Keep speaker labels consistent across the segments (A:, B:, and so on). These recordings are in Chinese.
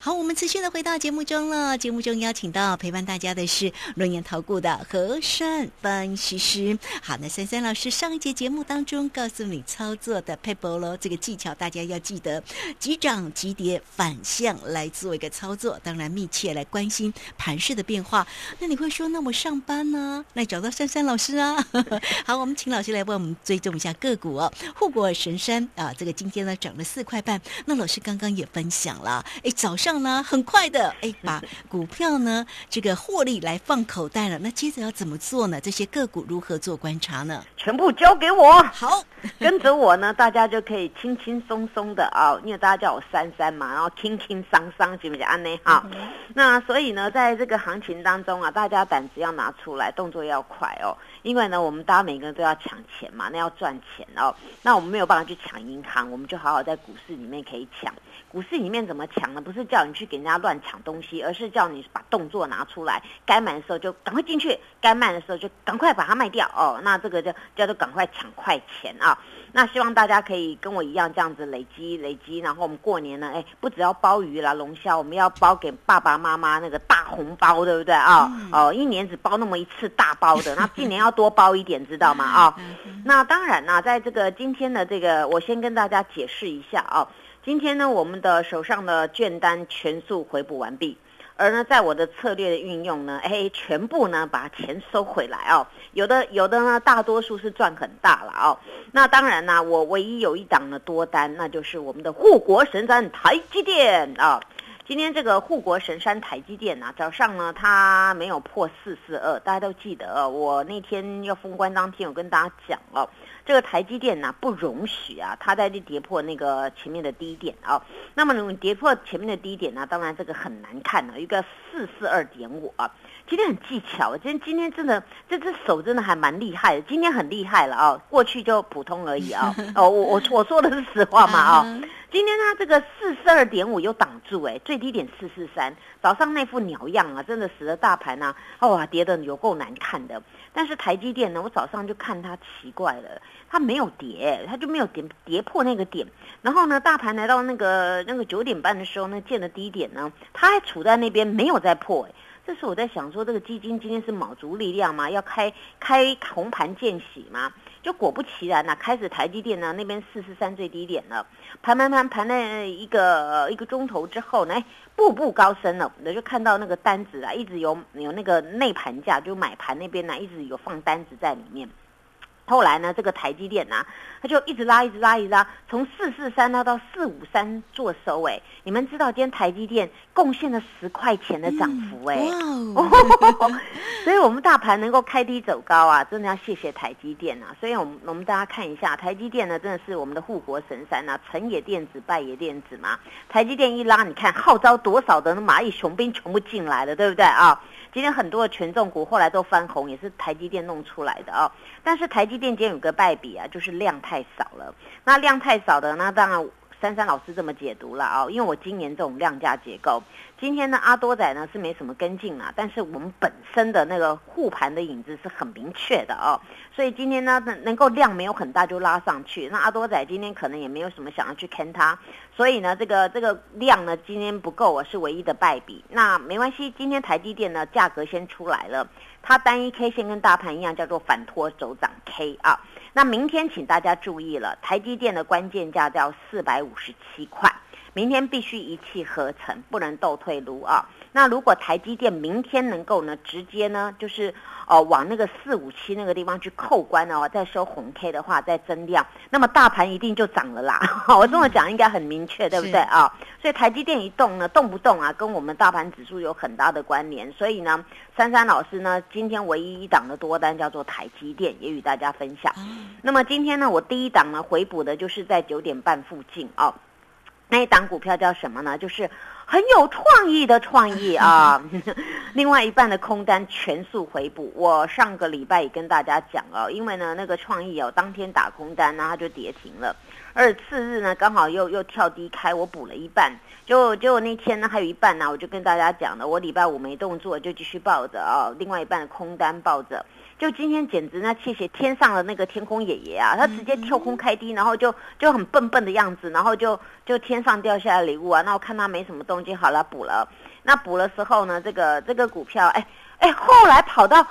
A: 好，我们持续的回到节目中了。节目中邀请到陪伴大家的是轮研投顾的和善分析师。好，那珊珊老师上一节节目当中告诉你操作的撇步咯，这个技巧大家要记得急涨急跌反向来做一个操作，当然密切来关心盘势的变化。那你会说，那我上班呢？那你找到珊珊老师啊。好，我们请老师来为我们追踪一下个股哦。护国神山啊，这个今天呢涨了4块半。那老师刚刚也分享了，早上呢很快的把股票呢这个获利来放口袋了，那接着要怎么做呢？这些个股如何做观察呢？
B: 全部交给我，
A: 好，
B: 跟着我呢，大家就可以轻轻松松的啊，因为大家叫我珊珊嘛，然后轻轻桑桑，是不是安内哈？那所以呢，在这个行情当中啊，大家胆子要拿出来，动作要快哦，因为呢，我们大家每个人都要抢钱嘛，那要赚钱哦，那我们没有办法去抢银行，我们就好好在股市里面可以抢。股市里面怎么抢呢？不是叫你去给人家乱抢东西，而是叫你把动作拿出来，该买的时候就赶快进去，该卖的时候就赶快把它卖掉哦。那这个就叫做赶快抢快钱啊！那希望大家可以跟我一样这样子累积，然后我们过年呢，不只要包鱼啦、龙虾，我们要包给爸爸妈妈那个大红包，对不对啊？一年只包那么一次大包的，那今年要多包一点，知道吗？啊，那当然啦，在这个今天的这个，我先跟大家解释一下啊。今天呢，我们的手上的券单全数回补完毕，而呢，在我的策略的运用呢，全部呢把钱收回来哦。有的呢，大多数是赚很大了哦。那当然啦，我唯一有一档的多单，那就是我们的护国神山台积电啊。今天这个护国神山台积电啊，早上呢它没有破442，大家都记得我那天要封关当天，我跟大家讲哦，这个台积电呢不容许啊，它在跌破那个前面的低点啊。那么如果跌破前面的低点呢，当然这个很难看了，一个442.5啊。今天很技巧，今天真的这只手真的还蛮厉害的，今天很厉害了啊，过去就普通而已啊。我说的是实话嘛啊。今天它这个442.5有挡住最低点443，早上那副鸟样啊，真的使得大盘啊，跌得有够难看的。但是台积电呢，我早上就看它奇怪了，它没有跌，它就没有跌破那个点。然后呢，大盘来到那个9点半的时候呢，见了低点呢，它还处在那边没有再破这时候我在想说，这个基金今天是卯足力量吗？要开红盘见喜吗？就果不其然开始台积电呢那边443最低点了，盘了一个钟头之后呢，步步高升了。我就看到那个单子一直有那个内盘价，就买盘那边一直有放单子在里面。后来呢，这个台积电它就一直拉，从443拉到453做收你们知道今天台积电贡献了10块钱的涨幅所以我们大盘能够开低走高啊，真的要谢谢台积电啊。所以我们大家看一下台积电呢，真的是我们的护国神山啊，成也电子，败也电子嘛。台积电一拉，你看号召多少的蚂蚁雄兵全部进来了，对不对啊？今天很多的权重股后来都翻红，也是台积电弄出来的但是台积电今天有个败笔啊，就是量太少了。那量太少的，那当然珊珊老师这么解读了因为我今年这种量价结构，今天呢阿多仔呢是没什么跟进啦，但是我们本身的那个护盘的影子是很明确的所以今天呢能够量没有很大就拉上去，那阿多仔今天可能也没有什么想要去看它，所以呢这个量呢今天不够是唯一的败笔。那没关系，今天台积电呢价格先出来了，它单一 K 线跟大盘一样叫做反拖走涨 K 那明天请大家注意了，台积电的关键价叫457块，明天必须一气呵成，不能斗退路那如果台积电明天能够呢直接呢就是往那个457那个地方去扣关再收红 K 的话，再增量，那么大盘一定就涨了啦我这么讲应该很明确，对不对所以台积电一动呢，动不动跟我们大盘指数有很大的关联。所以呢，珊珊老师呢今天唯一一档的多单叫做台积电，也与大家分享那么今天呢，我第一档呢回补的就是在9点半附近那一档股票叫什么呢？就是很有创意的创意另外一半的空单全数回补。我上个礼拜也跟大家讲因为呢那个创意当天打空单它就跌停了，而次日呢刚好又跳低开，我补了一半，结果那天呢还有一半我就跟大家讲了，我礼拜五没动作就继续抱着另外一半的空单抱着。就今天简直呢，谢谢天上的那个天空爷爷他直接跳空开低，然后就很笨的样子，然后就就天上掉下来礼物啊，那我看它没什么动静，好了补了。那补的时候呢，这个股票后来跑到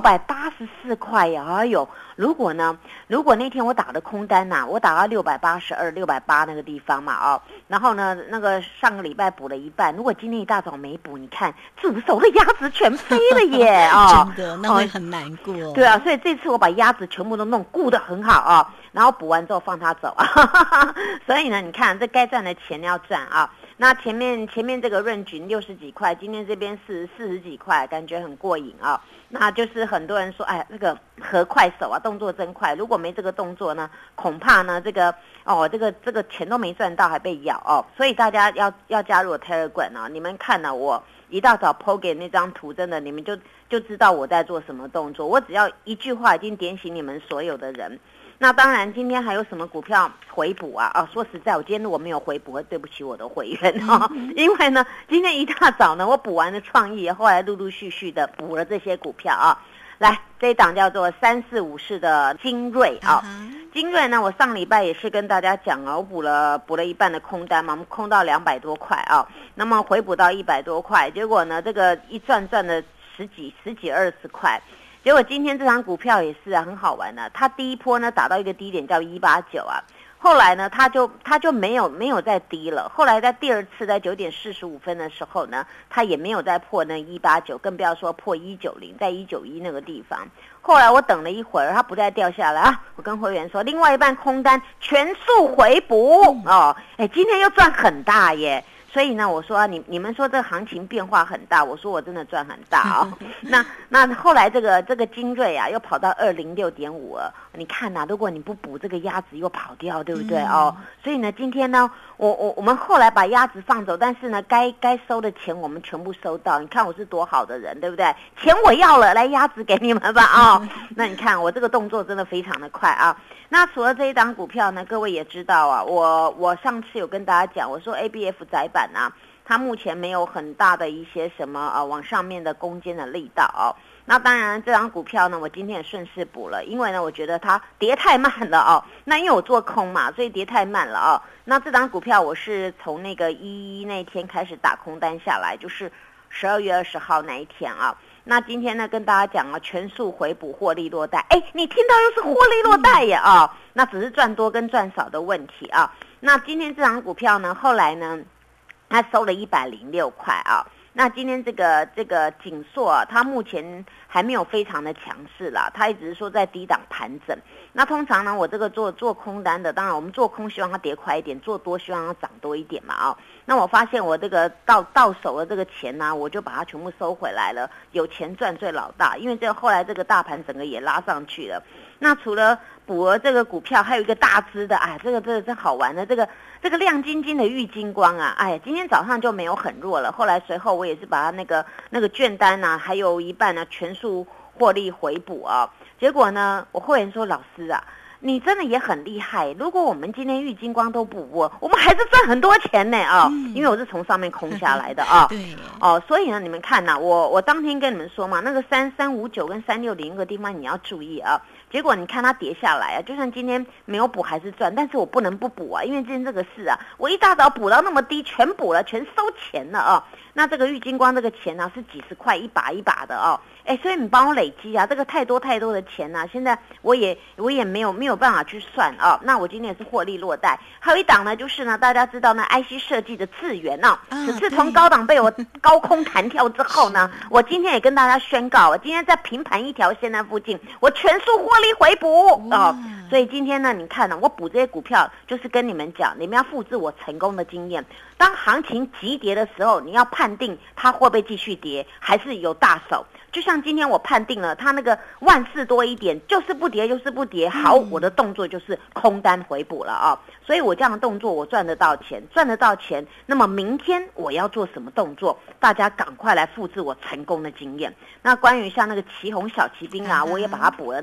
B: 684块呀！哎呦，如果那天我打的空单呐，我打到682、680那个地方嘛然后呢，那个上个礼拜补了一半，如果今天一大早没补，你看主手的鸭子全飞了耶！
A: 真的，那会很难过。
B: 对啊，所以这次我把鸭子全部都顾得很好然后补完之后放它走所以呢，你看这该赚的钱要赚那前面这个润局60几块，今天这边是40几块，感觉很过瘾那就是很多人说，这个和快手动作真快。如果没这个动作呢，恐怕呢这个钱都没赚到，还被咬所以大家要加入我 Telegram 你们看我一大早 po 给那张图，真的你们就知道我在做什么动作。我只要一句话已经点醒你们所有的人。那当然，今天还有什么股票回补说实在，我今天如果没有回补，会对不起我的会员因为呢，今天一大早呢，我补完了创意，后来陆陆续续的补了这些股票来，这一档叫做3454的精锐精锐呢，我上礼拜也是跟大家讲我补了一半的空单嘛，我们空到200多块那么回补到100多块，结果呢，这个一赚了十几20块。结果今天这张股票也是很好玩它第一波呢打到一个低点叫189后来呢它就没有再低了，后来在第二次在9点45分的时候呢，它也没有再破那189，更不要说破190，在191那个地方。后来我等了一会儿，它不再掉下来我跟会员说，另外一半空单全数回补今天又赚很大耶。所以呢，我说你们说这个行情变化很大，我说我真的赚很大那后来这个精锐又跑到206.5了。你看如果你不补，这个鸭子又跑掉，对不对所以呢，今天呢，我们后来把鸭子放走，但是呢，该收的钱我们全部收到。你看我是多好的人，对不对？钱我要了，来鸭子给你们吧那你看我这个动作真的非常的快那除了这一档股票呢，各位也知道我上次有跟大家讲，我说 ABF 载板它目前没有很大的一些什么往上面的攻坚的力道那当然这张股票呢，我今天也顺势补了，因为呢我觉得它跌太慢了那因为我做空嘛，所以跌太慢了那这张股票我是从那个11那天开始打空单下来，就是12月20号那一天那今天呢跟大家讲全数回补获利落袋。你听到又是获利落袋耶那只是赚多跟赚少的问题那今天这张股票呢，后来呢它收了106块那今天这个景硕它目前还没有非常的强势啦，它一直是说在低档盘整。那通常呢，我这个做空单的，当然我们做空希望它跌快一点，做多希望它涨多一点嘛那我发现我这个到手的这个钱呢我就把它全部收回来了，有钱赚最老大，因为后来这个大盘整个也拉上去了。那除了补了这个股票，还有一个大只的这个真好玩的，这个亮晶晶的玉金光今天早上就没有很弱了，后来随后我也是把它那个券单还有一半全数获利回补结果呢，我会员说老师你真的也很厉害，如果我们今天玉金光都不补，我们还是赚很多钱呢因为我是从上面空下来的
A: 对
B: 所以呢，你们看我当天跟你们说嘛，那个3359跟360那个地方你要注意结果你看它跌下来就算今天没有补还是赚，但是我不能不补因为今天这个事我一大早补到那么低，全补了，全收钱了那这个玉金光这个钱是几十块一把一把的所以你帮我累积这个太多的钱现在我也没有办法去算那我今天也是获利落袋。还有一档呢，就是呢大家知道呢 IC 设计的智原此次从高档被我高空弹跳之后呢，我今天也跟大家宣告，我今天在平盘一条线那附近，我全数获利回补所以今天呢，你看我补这些股票，就是跟你们讲，你们要复制我成功的经验。当行情急跌的时候，你要判定它会不会继续跌，还是有大手。就像今天我判定了它那个万事多一点，就是不跌就是不跌，好，我的动作就是空单回补了所以我这样的动作我赚得到钱，那么明天我要做什么动作，大家赶快来复制我成功的经验。那关于像那个旗红小骑兵我也把它补了，那没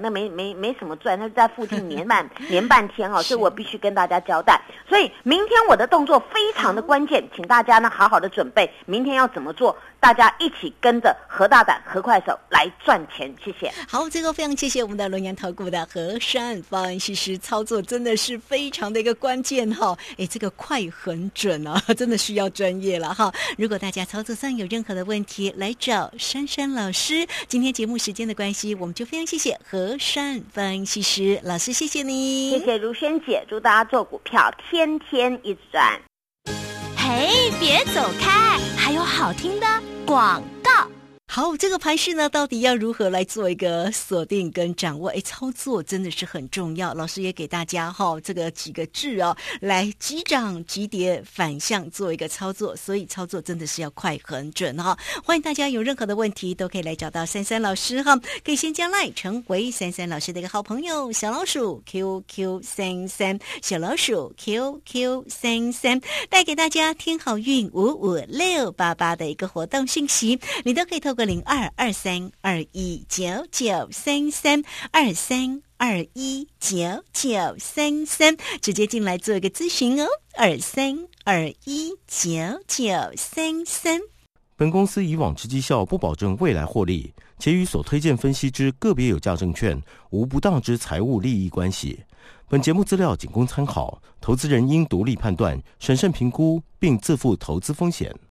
B: 没什么赚，那在附近黏半天哦，所以我必须跟大家交代。所以明天我的动作非常的关键，请大家呢好好的准备，明天要怎么做，大家一起跟着何大胆何快手来赚钱，谢谢。
A: 好，这个非常谢谢我们的轮研投顾的和善分析师，操作真的是非常的一个关键哈，这个快很准啊，真的需要专业了哈。如果大家操作上有任何的问题，来找珊珊老师。今天节目时间的关系，我们就非常谢谢和善分析师老师，谢谢你，
B: 谢谢如萱姐，祝大家做股票天天一直赚。
C: 嘿，别走开，还有好听的广告。
A: 好，这个盘势呢，到底要如何来做一个锁定跟掌握？操作真的是很重要。老师也给大家这个几个字来急涨急跌反向做一个操作，所以操作真的是要快很准欢迎大家有任何的问题都可以来找到珊珊老师可以先加 LINE 成为珊珊老师的一个好朋友，小老鼠 QQ33， 小老鼠 QQ33， 带给大家天好运55688的一个活动讯息，你都可以透过022321993323219933直接进来做一个咨询23219933。
D: 本公司以往之绩效不保证未来获利，且与所推荐分析之个别有价证券无不当之财务利益关系。本节目资料仅供参考，投资人应独立判断、审慎评估，并自负投资风险。